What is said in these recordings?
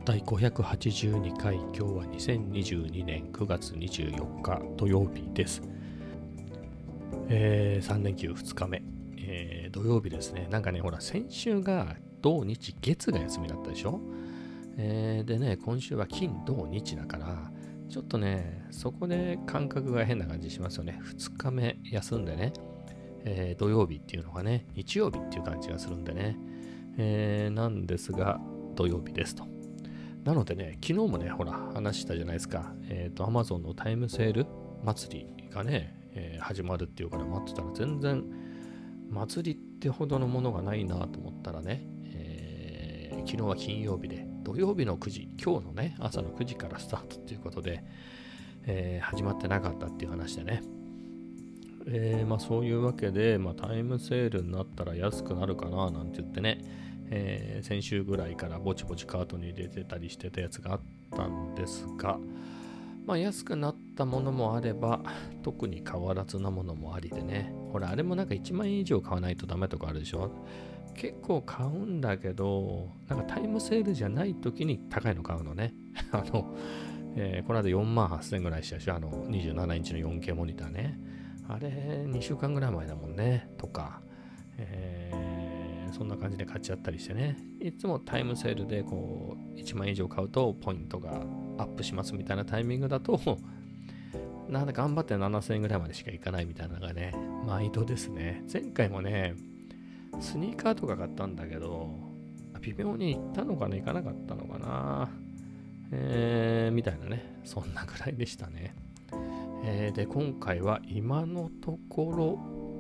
第582回、今日は2022年9月24日土曜日です。3連休2日目、土曜日ですね。なんかね、ほら、先週が土日月が休みだったでしょ。でね、今週は金土日だから、ちょっとね、そこで感覚が変な感じしますよね。2日目休んでね、土曜日っていうのがね、日曜日っていう感じがするんでね、なんですが、土曜日ですと。なのでね、昨日もね、ほら、話したじゃないですか。Amazon のタイムセール祭りがね、始まるっていうから待ってたら全然祭りってほどのものがないなと思ったらね、昨日は金曜日で、土曜日の9時、今日のね、朝の9時からスタートっていうことで、始まってなかったっていう話でね。そういうわけで、タイムセールになったら安くなるかななんて言ってね、先週ぐらいからぼちぼちカートに入れてたりしてたやつがあったんですが、安くなったものもあれば特に変わらずなものもありでね。ほら、あれもなんか1万円以上買わないとダメとかあるでしょ。結構買うんだけど、なんかタイムセールじゃない時に高いの買うのね。この間4万8000円ぐらいしたでしょ。27インチの 4K モニターね。あれ2週間ぐらい前だもんね。とか、そんな感じで買っちゃったりしてね。いつもタイムセールでこう1万円以上買うとポイントがアップしますみたいなタイミングだと、なんだ頑張って7000円ぐらいまでしかいかないみたいなのがね、毎度ですね。前回もね、スニーカーとか買ったんだけど、微妙に行ったのかな、行かなかったのかな、みたいなね、そんなぐらいでしたね。で、今回は今のところ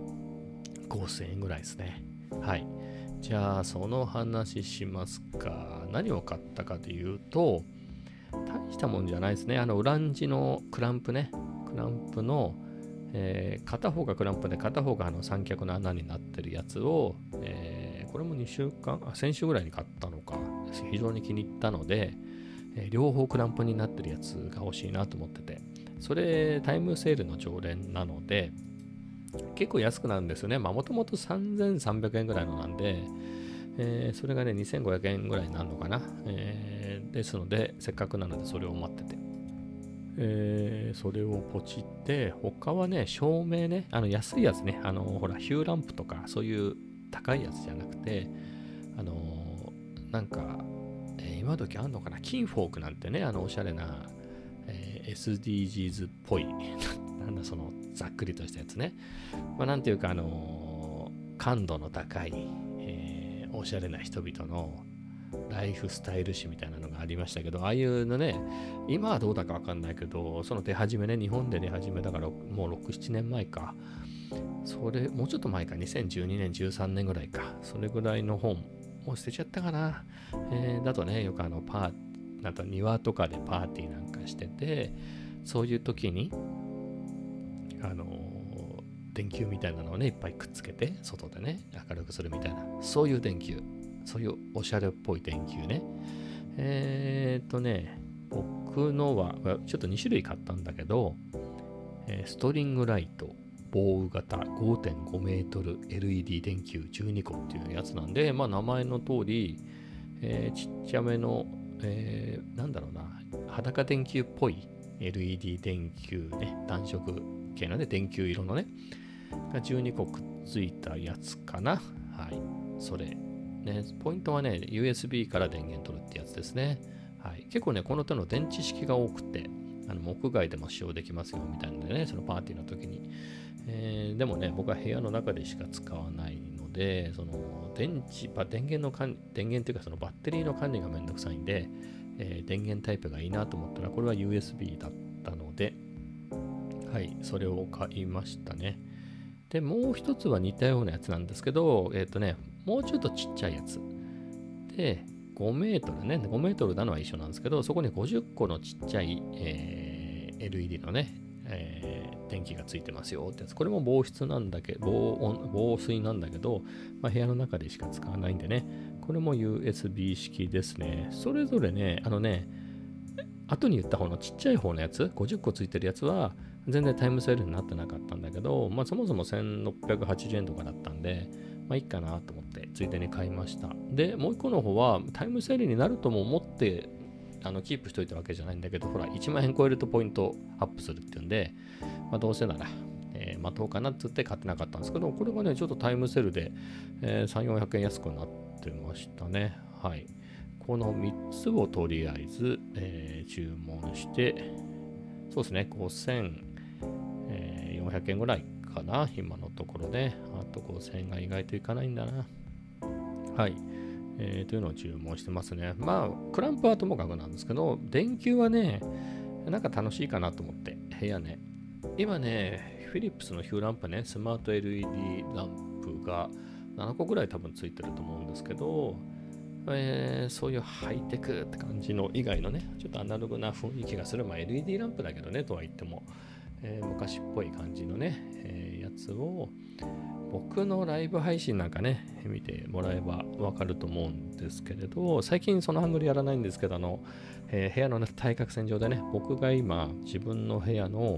5000円ぐらいですね。はい。じゃあその話しますか。何を買ったかというと、大したもんじゃないですね。ウランジのクランプね。クランプの、片方がクランプで片方が三脚の穴になってるやつを、これも先週ぐらいに買ったのか。非常に気に入ったので、両方クランプになってるやつが欲しいなと思ってて。それタイムセールの常連なので、結構安くなるんですよね。もともと3300円ぐらいのなんで、それがね2500円ぐらいになるのかな、ですのでせっかくなのでそれを待ってて、それをポチって、他はね照明ね、安いやつね、ほらヒューランプとかそういう高いやつじゃなくて、なんか、今時あんのかな、キンフォークなんてね、おしゃれな、SDGs っぽいなんだそのざっくりとしたやつね。なんていうか感度の高い、おしゃれな人々のライフスタイル誌みたいなのがありましたけど、ああいうのね、今はどうだかわかんないけど、その出始めね、日本で出始めだからもう6、7年前か。それ、もうちょっと前か、2012年、13年ぐらいか。それぐらいの本、もう捨てちゃったかな。だとね、よくなんか庭とかでパーティーなんかしてて、そういう時に、電球みたいなのをねいっぱいくっつけて外でね明るくするみたいな、そういう電球、そういうおしゃれっぽい電球ね。僕のはちょっと2種類買ったんだけど、ストリングライトボー型 5.5 メートル LED 電球12個っていうやつなんで、名前の通り、ちっちゃめの、なんだろうな、裸電球っぽい LED 電球ね、暖色系のね、電球色のね、が12個くっついたやつかな。はい。それ。ね、ポイントはね、USB から電源取るってやつですね。はい。結構ね、この手の電池式が多くて、屋外でも使用できますよみたいなのでね、そのパーティーの時に。でもね、僕は部屋の中でしか使わないので、その電源っていうかそのバッテリーの管理がめんどくさいんで、電源タイプがいいなと思ったら、これは USB だったので、はい、それを買いましたね。で、もう一つは似たようなやつなんですけど、もうちょっとちっちゃいやつ。で、5メートルね、5メートルなのは一緒なんですけど、そこに50個のちっちゃい、LED のね、電気がついてますよってやつ。これも防水なんだけど、部屋の中でしか使わないんでね、これも USB 式ですね。それぞれね、後に言った方のちっちゃい方のやつ、50個ついてるやつは、全然タイムセールになってなかったんだけど、そもそも1680円とかだったんで、いいかなと思って、ついでに買いました。で、もう一個の方は、タイムセールになるとも思ってキープしといたわけじゃないんだけど、ほら、1万円超えるとポイントアップするっていうんで、どうせなら、待とうかなって言って買ってなかったんですけど、これがね、ちょっとタイムセールで、3、400円安くなってましたね。はい。この3つをとりあえず、注文して、そうですね、5400円ぐらいかな、今のところね。あと5000円が意外といかないんだな。はい。というのを注文してますね。まあ、クランプはともかくなんですけど、電球はね、なんか楽しいかなと思って、部屋ね。今ね、フィリップスのヒューランプね、スマート LED ランプが7個ぐらい多分ついてると思うんですけど、そういうハイテクって感じの以外のね、ちょっとアナログな雰囲気がする、LED ランプだけどね、とは言っても、昔っぽい感じのね、やつを、僕のライブ配信なんかね、見てもらえばわかると思うんですけれど、最近そのアングルやらないんですけど、部屋の、ね、対角線上でね、僕が今、自分の部屋の、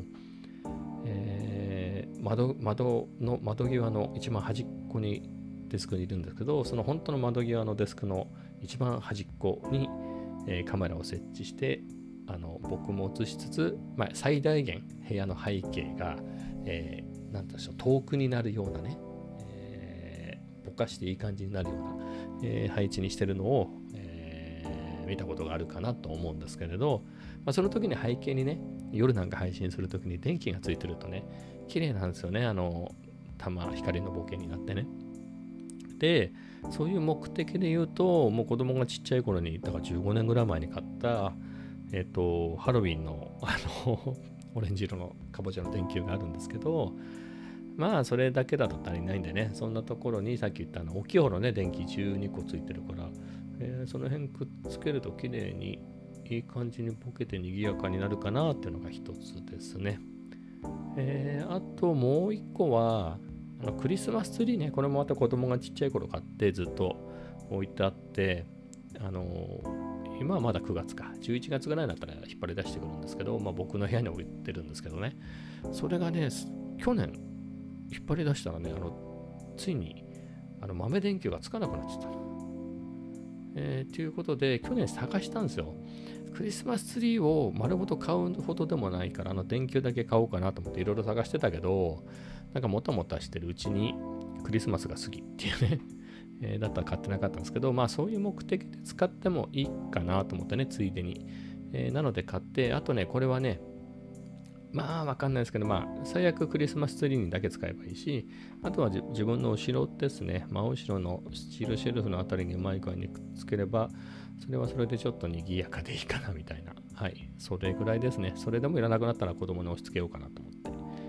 窓際の一番端っこにデスクにいるんですけど、その本当の窓際のデスクの一番端っこに、カメラを設置して、僕も映しつつ、最大限部屋の背景が、なんでしょう、遠くになるようなね、ぼかしていい感じになるような、配置にしてるのを、見たことがあるかなと思うんですけれど、その時に背景にね、夜なんか配信する時に電気がついてるとね、綺麗なんですよね。光のボケになってね。で、そういう目的で言うと、もう子供がちっちゃい頃に、だから15年ぐらい前に買った、ハロウィンの、オレンジ色のかぼちゃの電球があるんですけど、それだけだと足りないんでね、そんなところにさっき言った大きい方のね、電気12個ついてるから、その辺くっつけると綺麗にいい感じにボケて賑やかになるかなっていうのが一つですね。あともう一個は、クリスマスツリーね、これもまた子供がちっちゃい頃買ってずっと置いてあって、今はまだ9月か、11月ぐらいになったら引っ張り出してくるんですけど、僕の部屋に置いてるんですけどね、それがね、去年引っ張り出したらね、ついに豆電球がつかなくなっちゃったの。ということで、去年探したんですよ。クリスマスツリーを丸ごと買うほどでもないから、電球だけ買おうかなと思っていろいろ探してたけど、なんかもたもたしてるうちにクリスマスが過ぎっていうね、だったら買ってなかったんですけど、そういう目的で使ってもいいかなと思ってね、ついでに。なので買って、あとね、これはね、わかんないですけど、最悪クリスマスツリーにだけ使えばいいし、あとは自分の後ろですね、真後ろのスチールシェルフのあたりにうまい具合にくっつければ、それはそれでちょっと賑やかでいいかなみたいな。はい。それぐらいですね。それでもいらなくなったら子供に押し付けようかなと思って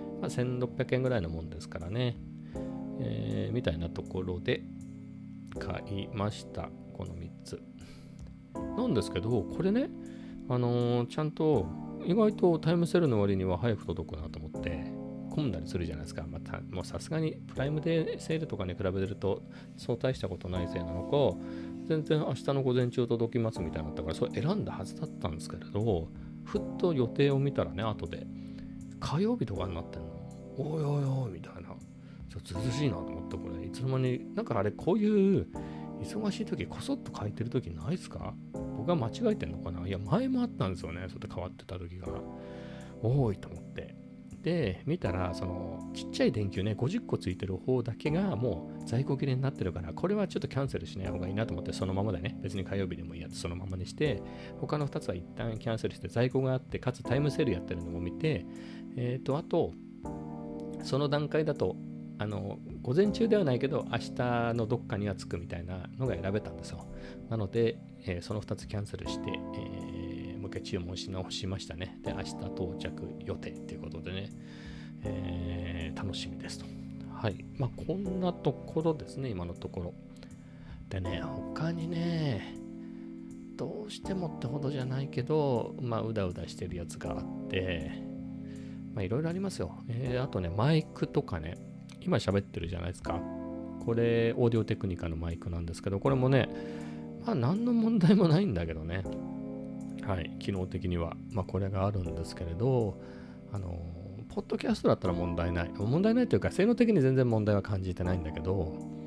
。1600円ぐらいのもんですからね。みたいなところで買いました。この3つ。なんですけど、これね、ちゃんと意外とタイムセールの割には早く届くなと思って、混んだりするじゃないですか。もうさすがにプライムデーセールとかに比べると、そう大したことないせいなのか、全然明日の午前中届きますみたいになったから、それ選んだはずだったんですけれど、ふっと予定を見たらね、後で、火曜日とかになってんの。おいおいおいみたいな。ちょっとずうずうしいなと思って、これ、いつの間に、なんかあれ、こういう忙しい時、こそっと書いてる時ないですか？僕は間違えてんのかな？いや、前もあったんですよね。そうやって変わってた時が。多いと思って。で、見たら、その、ちっちゃい電球ね、50個ついてる方だけがもう在庫切れになってるから、これはちょっとキャンセルしない方がいいなと思って、そのままでね、別に火曜日でもいいやってそのままにして、他の2つは一旦キャンセルして在庫があって、かつタイムセールやってるのも見て、あと、その段階だと、午前中ではないけど、明日のどっかには着くみたいなのが選べたんですよ。なので、その2つキャンセルして、もう一回注文し直しましたね。で、明日到着予定ということでね、楽しみですと。はい。こんなところですね、今のところ。でね、他にね、どうしてもってほどじゃないけど、うだうだしてるやつがあって、いろいろありますよ。あとね、マイクとかね、今喋ってるじゃないですか。これ、オーディオテクニカのマイクなんですけど、これもね、何の問題もないんだけどね。はい、機能的には。これがあるんですけれど、ポッドキャストだったら問題ない。問題ないというか、性能的に全然問題は感じてないんだけど、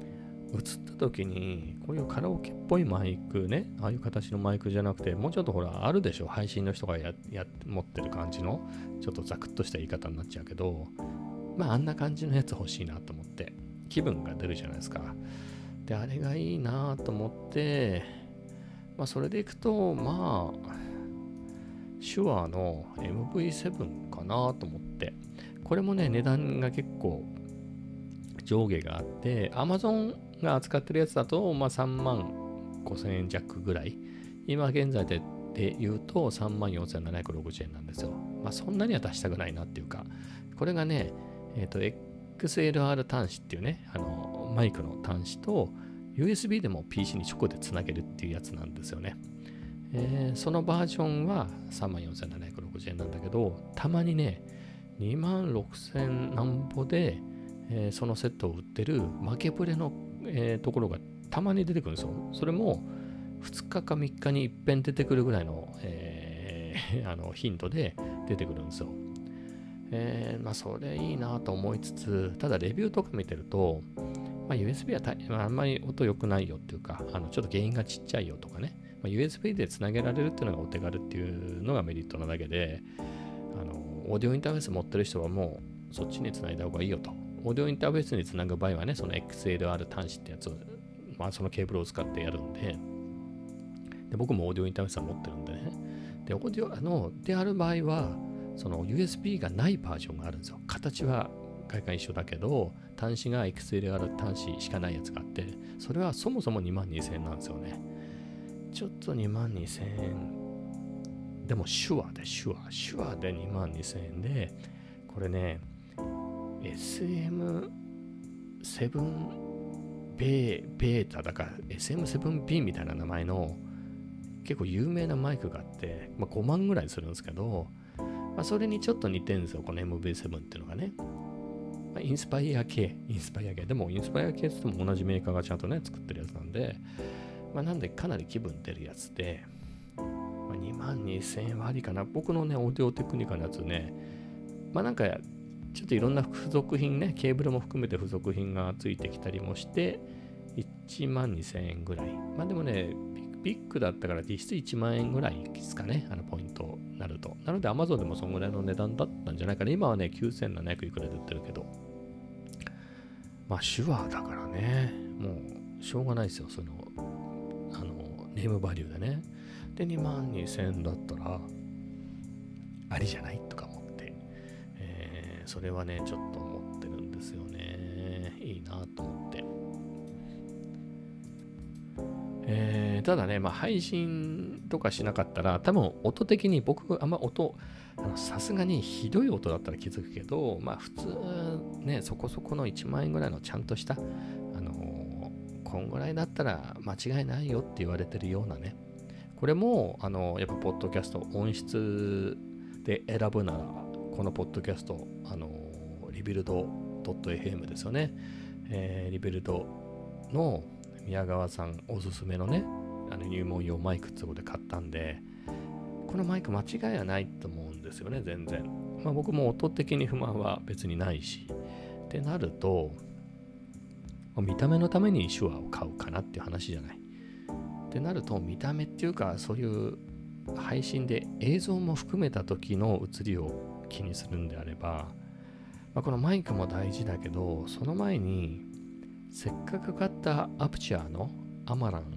映った時にこういうカラオケっぽいマイクね、ああいう形のマイクじゃなくて、もうちょっとほらあるでしょ、配信の人が持ってる感じのちょっとザクッとした言い方になっちゃうけど、あんな感じのやつ欲しいなと思って、気分が出るじゃないですか。であれがいいなと思って、それでいくと手話の MV7 かなと思って、これもね値段が結構上下があって、 Amazon が扱ってるやつだと3万5,000円弱ぐらい、今現在で言うと34,760円なんですよ。そんなには出したくないなっていうか、これがねXLR 端子っていうね、マイクの端子と USB でも PC に直でつなげるっていうやつなんですよね。そのバージョンは34,760円なんだけど、たまにね26,000何歩で、そのセットを売ってる負けブレの、ところがたまに出てくるんですよ。それも2日か3日に一遍出てくるぐらいの、頻度で出てくるんですよ。それいいなと思いつつ、ただレビューとか見てると、USB はあんまり音良くないよっていうか、ちょっと原因がちっちゃいよとかね、USB でつなげられるっていうのがお手軽っていうのがメリットなだけで、オーディオインターフェース持ってる人はもうそっちにつないだ方がいいよと。オーディオインターフェースにつなぐ場合はね、その XLR 端子ってやつを、そのケーブルを使ってやるんで、僕もオーディオインターフェースは持ってるんでね。で、オーディオである場合は、その USB がないバージョンがあるんですよ。形は外観一緒だけど、端子が XLR 端子しかないやつがあって、それはそもそも22,000円なんですよね。ちょっと22,000円。でも手話で22,000円で、これね、SM7 ベータだから SM7B みたいな名前の結構有名なマイクがあって、5万ぐらいするんですけど、それにちょっと似てるんですよ、この MV7 っていうのがね。インスパイア系。でもインスパイア系って言っても同じメーカーがちゃんとね、作ってるやつなんで、なんでかなり気分出るやつで、22,000円はありかな。僕のね、オーディオテクニカのやつね、なんかちょっといろんな付属品ね、ケーブルも含めて付属品がついてきたりもして、12,000円ぐらい。でもね、ビッグだったから実質1万円ぐらいですかね、ポイントになると。なので Amazon でもそのぐらいの値段だったんじゃないかな。今はね、9,700いくらで売ってるけど。手話だからね、もうしょうがないですよ、その、ネームバリューでね。で、22,000円だったら、ありじゃないとか思って、それはね、ちょっと思ってるんですよね。いいなと思って。ただね、配信とかしなかったら、多分音的に僕、あんま音、さすがにひどい音だったら気づくけど、普通ね、そこそこの1万円ぐらいのちゃんとした、こんぐらいだったら間違いないよって言われてるようなね。これも、やっぱポッドキャスト、音質で選ぶなら、このポッドキャスト、リビルド .fm ですよね。リビルドの宮川さんおすすめのね、入門用マイクってことで買ったんで、このマイク間違いはないと思うんですよね、全然。僕も音的に不満は別にないし。ってなると、見た目のために手話を買うかなっていう話じゃない。ってなると、見た目っていうか、そういう配信で映像も含めた時の映りを気にするんであれば、このマイクも大事だけど、その前に、せっかく買ったアプチャーのアマラン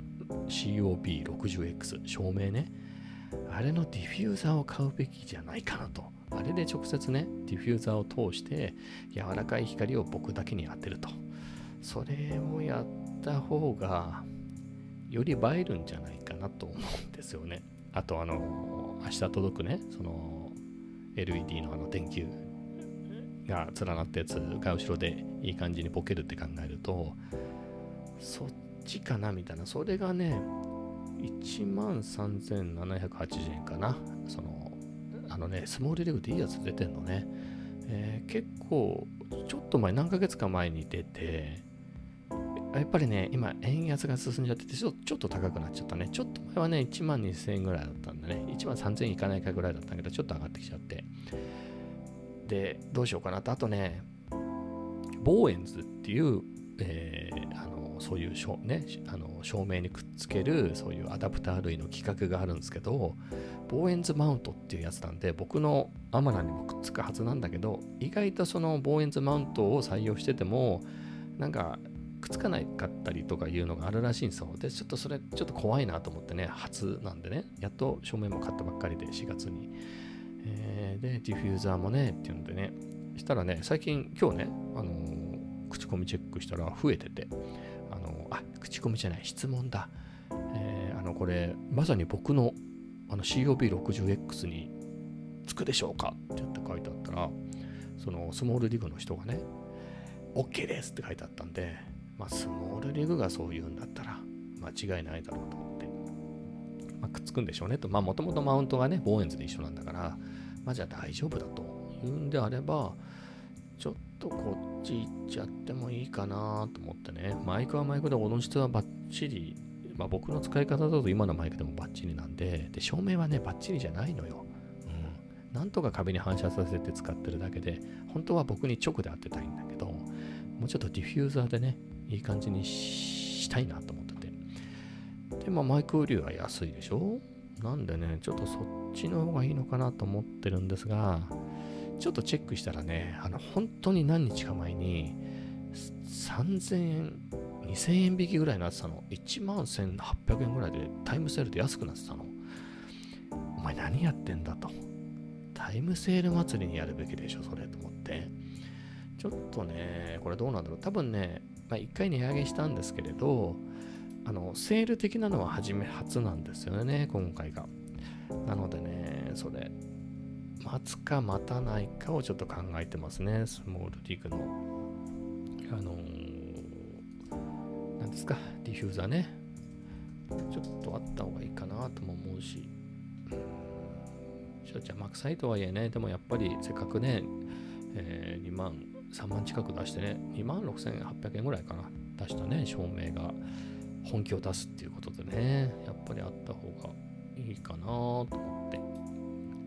COB60X 照明ね、あれのディフューザーを買うべきじゃないかなと。あれで直接ね、ディフューザーを通して柔らかい光を僕だけに当てると。それをやった方がより映えるんじゃないかなと思うんですよね。あと明日届くね、その LED の電球が連なったやつが後ろでいい感じにボケるって考えると、そっちかなみたいな。それがね、13,780円かな。そのスモールレグでいいやつ出てんのね。結構ちょっと前、何ヶ月か前に出て、やっぱりね、今円安が進んじゃっててちょっと高くなっちゃったね。ちょっと前はね、12,000円ぐらいだったんでね、13,000円いかないかぐらいだったんだけど、ちょっと上がってきちゃって、でどうしようかなと。あとね、ボーエンズっていう、 そういう照明にくっつけるそういうアダプター類の規格があるんですけど、ボーエンズマウントっていうやつなんで、僕のアマランにもくっつくはずなんだけど、意外とそのボーエンズマウントを採用しててもなんかくっつかないかったりとかいうのがあるらしいんですよ。でちょっとそれちょっと怖いなと思ってね、初なんでね、やっと照明も買ったばっかりで4月に、でディフューザーもねっていうんでね、したらね、最近今日ね、口コミチェックしたら増えてて、口コミじゃない、質問だ。これまさに僕のCOB60X につくでしょうかって言って書いてあったら、そのスモールリグの人がね OK ですって書いてあったんで、スモールリグがそう言うんだったら間違いないだろうと思って、くっつくんでしょうねと。もともとマウントがねボーエンズで一緒なんだから、じゃあ大丈夫だというんであれば、ちょっとこっち行っちゃってもいいかなと思ってね。マイクはマイクで音質はバッチリ、僕の使い方だと今のマイクでもバッチリなんで、照明はねバッチリじゃないのよ。なんとか壁に反射させて使ってるだけで、本当は僕に直で当てたいんだけど、もうちょっとディフューザーでねいい感じにしたいなと思ってて、でマイク売りは安いでしょ。なんでね、ちょっとそっちの方がいいのかなと思ってるんですが、ちょっとチェックしたらね、本当に何日か前に3000円2000円引きぐらいになってたの。11,800円ぐらいでタイムセールで安くなってたの。お前何やってんだと。タイムセール祭りにやるべきでしょそれと思って、ちょっとねこれどうなんだろう。多分ね1回値上げしたんですけれど、セール的なのは初なんですよね今回が。なのでね、それ待つか待たないかをちょっと考えてますね。スモールリグの何ですか、ディフューザーね、ちょっとあった方がいいかなとも思うし、ちょっと邪魔くさいとはいえね、でもやっぱりせっかくね、2万3万近く出してね、26,800円ぐらいかな出したね照明が本気を出すっていうことでね、やっぱりあった方がいいかなと思って、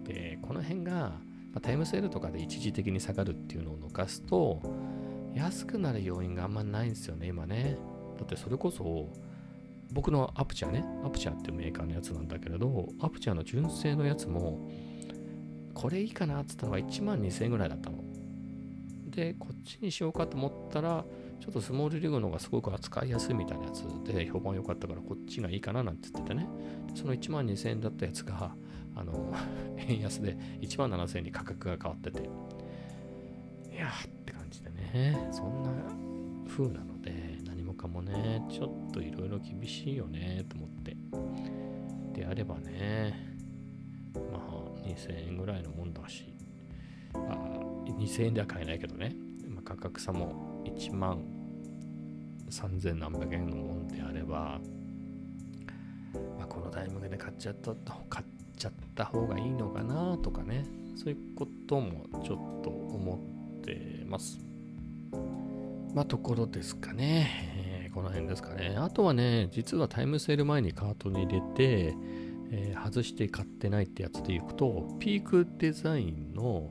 でこの辺が、タイムセールとかで一時的に下がるっていうのを逃すと安くなる要因があんまないんですよね今ね。だってそれこそ僕のアプチャーっていうメーカーのやつなんだけれど、アプチャーの純正のやつもこれいいかなって言ったのが12,000円ぐらいだったので、こっちにしようかと思ったらちょっとスモールリグの方がすごく扱いやすいみたいなやつで評判良かったからこっちがいいかななんて言っててね、その12,000円だったやつが円安で17,000円に価格が変わってて、いやーって感じでね、そんな風なので何もかもねちょっといろいろ厳しいよねと思って、であればね2,000円ぐらいのもんだし、2,000円では買えないけどね、価格差も13,000何百円のもんであれば、このタイミングで買っちゃった方がいいのかなとかね、そういうこともちょっと思ってます。ところですかね、この辺ですかね。あとはね、実はタイムセール前にカートに入れて、外して買ってないってやつでいくと、ピークデザインの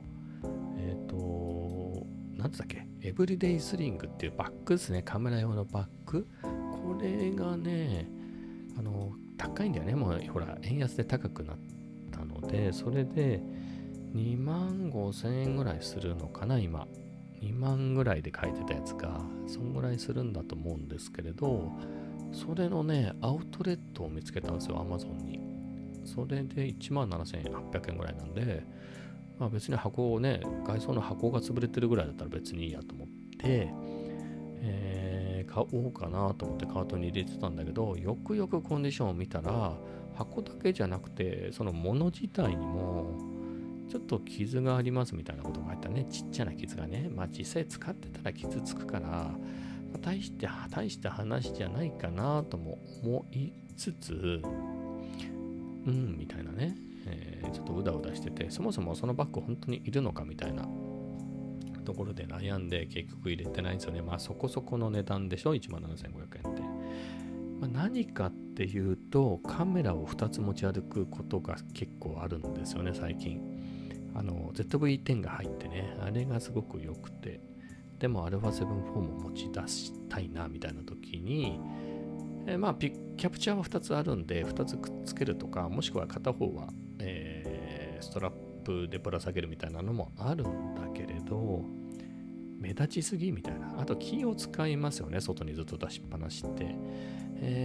なんつったっけ、エブリデイスリングっていうバッグですね、カメラ用のバッグ。これがね高いんだよね、もうほら円安で高くなったので、それで25,000円ぐらいするのかな。今2万ぐらいで買えてたやつがそんぐらいするんだと思うんですけれど、それのねアウトレットを見つけたんですよ、Amazon に。それで17,800円ぐらいなんで、別に箱をね、外装の箱が潰れてるぐらいだったら別にいいやと思って、買おうかなと思ってカートに入れてたんだけど、よくよくコンディションを見たら箱だけじゃなくてその物自体にもちょっと傷がありますみたいなことが入ったね。ちっちゃな傷がね、実際使ってたら傷つくから、大した話じゃないかなとも思いつつ、みたいなね、ちょっとうだうだしてて、そもそもそのバッグ本当にいるのかみたいなところで悩んで結局入れてないんですよね。そこそこの値段でしょ、17,500円って。何かっていうと、カメラを2つ持ち歩くことが結構あるんですよね最近。ZV-10 が入ってね、あれがすごく良くて、 でも α7-4 も持ち出したいなみたいな時に、キャプチャーは2つあるんで2つくっつけるとか、もしくは片方は、ストラップでぶら下げるみたいなのもあるんだけれど、目立ちすぎみたいな。あとキーを使いますよね、外にずっと出しっぱなしって、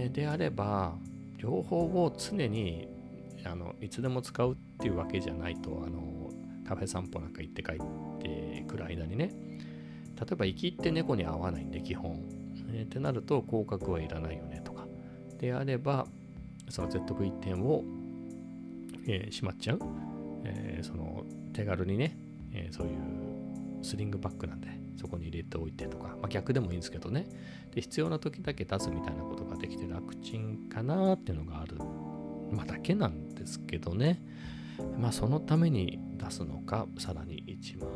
であれば両方を常にいつでも使うっていうわけじゃないと、カフェ散歩なんか行って帰ってくる間にね、例えば行きって猫に合わないんで基本、ってなると広角はいらないよねとかであれば、その ZV-10 を、しまっちゃう、その手軽にね、そういうスリングバッグなんでそこに入れておいてとか、逆でもいいんですけどね、で必要な時だけ出すみたいなことができて楽ちんかなっていうのがある、だけなんですけどね。そのために出すのか、さらに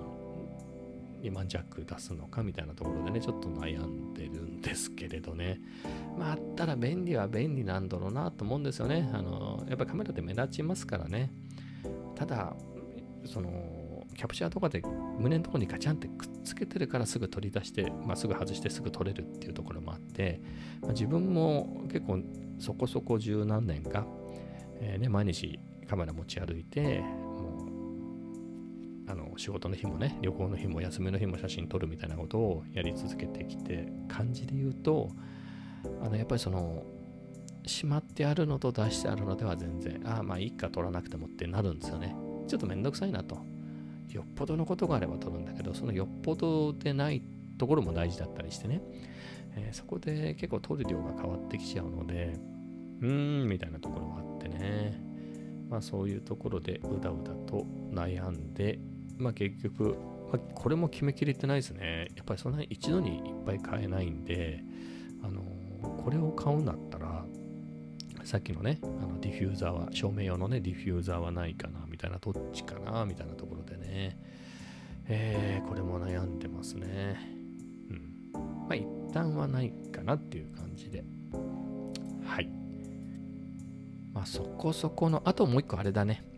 2万弱出すのかみたいなところでね、ちょっと悩んでるんですけれどね。あったら便利は便利なんだろうなと思うんですよね。やっぱカメラで目立ちますからね。ただそのキャプチャーとかで胸のところにガチャンってくっつけてるからすぐ取り出して、すぐ外してすぐ撮れるっていうところもあって、自分も結構そこそこ十何年か、毎日カメラ持ち歩いて、もう仕事の日もね、旅行の日も休みの日も写真撮るみたいなことをやり続けてきて、感じで言うとやっぱりそのしまってあるのと出してあるのでは全然いいか撮らなくてもってなるんですよね。ちょっとめんどくさいなと。よっぽどのことがあれば撮るんだけど、そのよっぽどでないところも大事だったりしてね、そこで結構撮る量が変わってきちゃうのでみたいなところがあってね、そういうところでうだうだと悩んで、結局、これも決めきれてないですね。やっぱりそんなに一度にいっぱい買えないんで、これを買うんだったらさっきのね、ディフューザーは、照明用のねディフューザーはないかなみたいな、どっちかなみたいなところでね、これも悩んでますね。一旦はないかなっていう感じで、はい。そこそこの、あともう一個あれだね、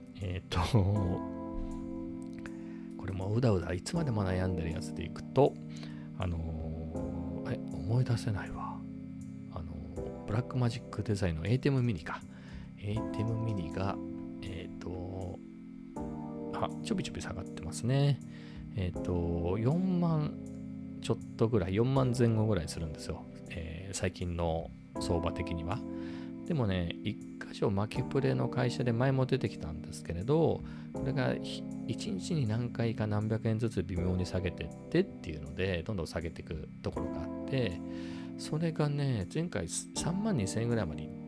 これもうだうだいつまでも悩んでるやつでいくと、思い出せないわ。ブラックマジックデザインの ATEM ミニか。ATEM ミニが、ちょびちょび下がってますね。4万ちょっとぐらい、4万前後ぐらいするんですよ。最近の相場的には。でもね、一箇所マケプレの会社で前も出てきたんですけれど、これが1日に何回か何百円ずつ微妙に下げてってっていうので、どんどん下げていくところがあって、それがね、前回3万2000円ぐらいまで行って、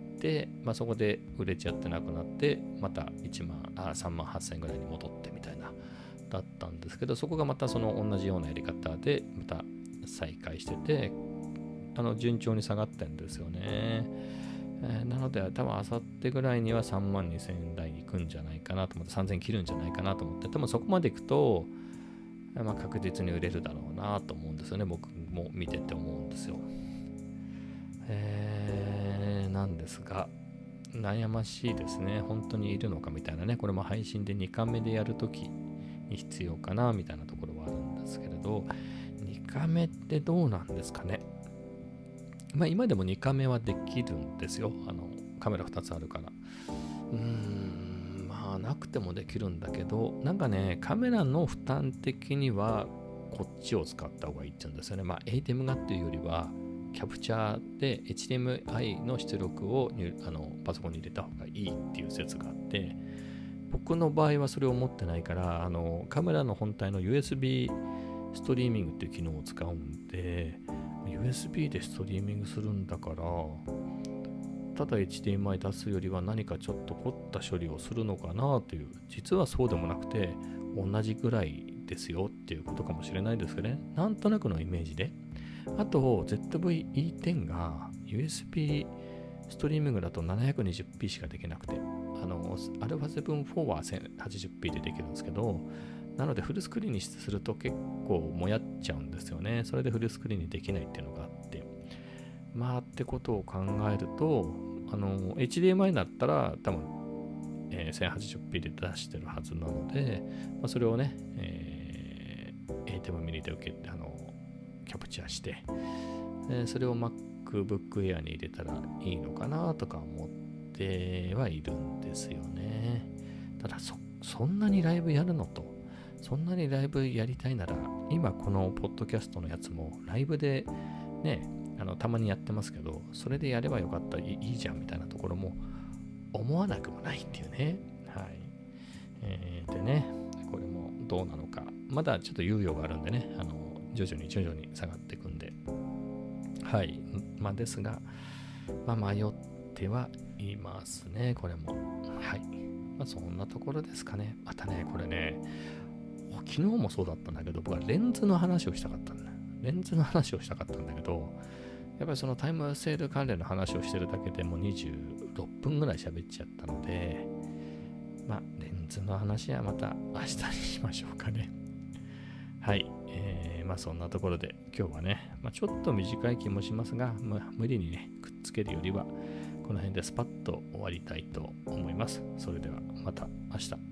そこで売れちゃってなくなって、また3万8000円ぐらいに戻ってみたいな、だったんですけど、そこがまたその同じようなやり方で、また再開してて、順調に下がってるんですよね。なので、多分あさってぐらいには3万2000円台に行くんじゃないかなと思って、3000円切るんじゃないかなと思って、多分そこまで行くと、確実に売れるだろうなと思うんですよね。僕も見てて思うんですよ。なんですが、悩ましいですね。本当にいるのかみたいなね。これも配信で2カメでやるときに必要かなみたいなところはあるんですけれど、2カメってどうなんですかね。今でも2カメはできるんですよ。カメラ2つあるから。なくてもできるんだけど、なんかね、カメラの負担的にはこっちを使った方がいいって言うんですよね。ATEM がっていうよりは、キャプチャーで HDMI の出力をパソコンに入れた方がいいっていう説があって、僕の場合はそれを持ってないから、カメラの本体の USB ストリーミングっていう機能を使うんで、USB でストリーミングするんだから、ただ HDMI 出すよりは何かちょっと凝った処理をするのかなという、実はそうでもなくて同じぐらいですよっていうことかもしれないですけどね。なんとなくのイメージで。あと ZV-E10 が USB ストリーミングだと 720p しかできなくて、α7-4 は 1080p でできるんですけど、なのでフルスクリーンにすると結構もやっちゃうんですよね。それでフルスクリーンにできないっていうのがあって、ってことを考えると、HDMI だったら多分、1080p で出してるはずなので、それをね、ATEM ミニで受けてキャプチャーして、それを MacBook Air に入れたらいいのかなとか思ってはいるんですよね。ただそんなにライブやるのと、そんなにライブやりたいなら、今このポッドキャストのやつもライブでね、たまにやってますけど、それでやればよかったらいいじゃんみたいなところも思わなくもないっていうね。はい。でね、これもどうなのか、まだちょっと猶予があるんでね、徐々に下がっていくんで、はい。ですが、迷ってはいますね、これも。はい。そんなところですかね。またね、これね、昨日もそうだったんだけど、僕はレンズの話をしたかったんだ。レンズの話をしたかったんだけど、やっぱりそのタイムセール関連の話をしてるだけでも26分ぐらい喋っちゃったので、レンズの話はまた明日にしましょうかね。はい。そんなところで今日はね、ちょっと短い気もしますが、無理にね、くっつけるよりは、この辺でスパッと終わりたいと思います。それではまた明日。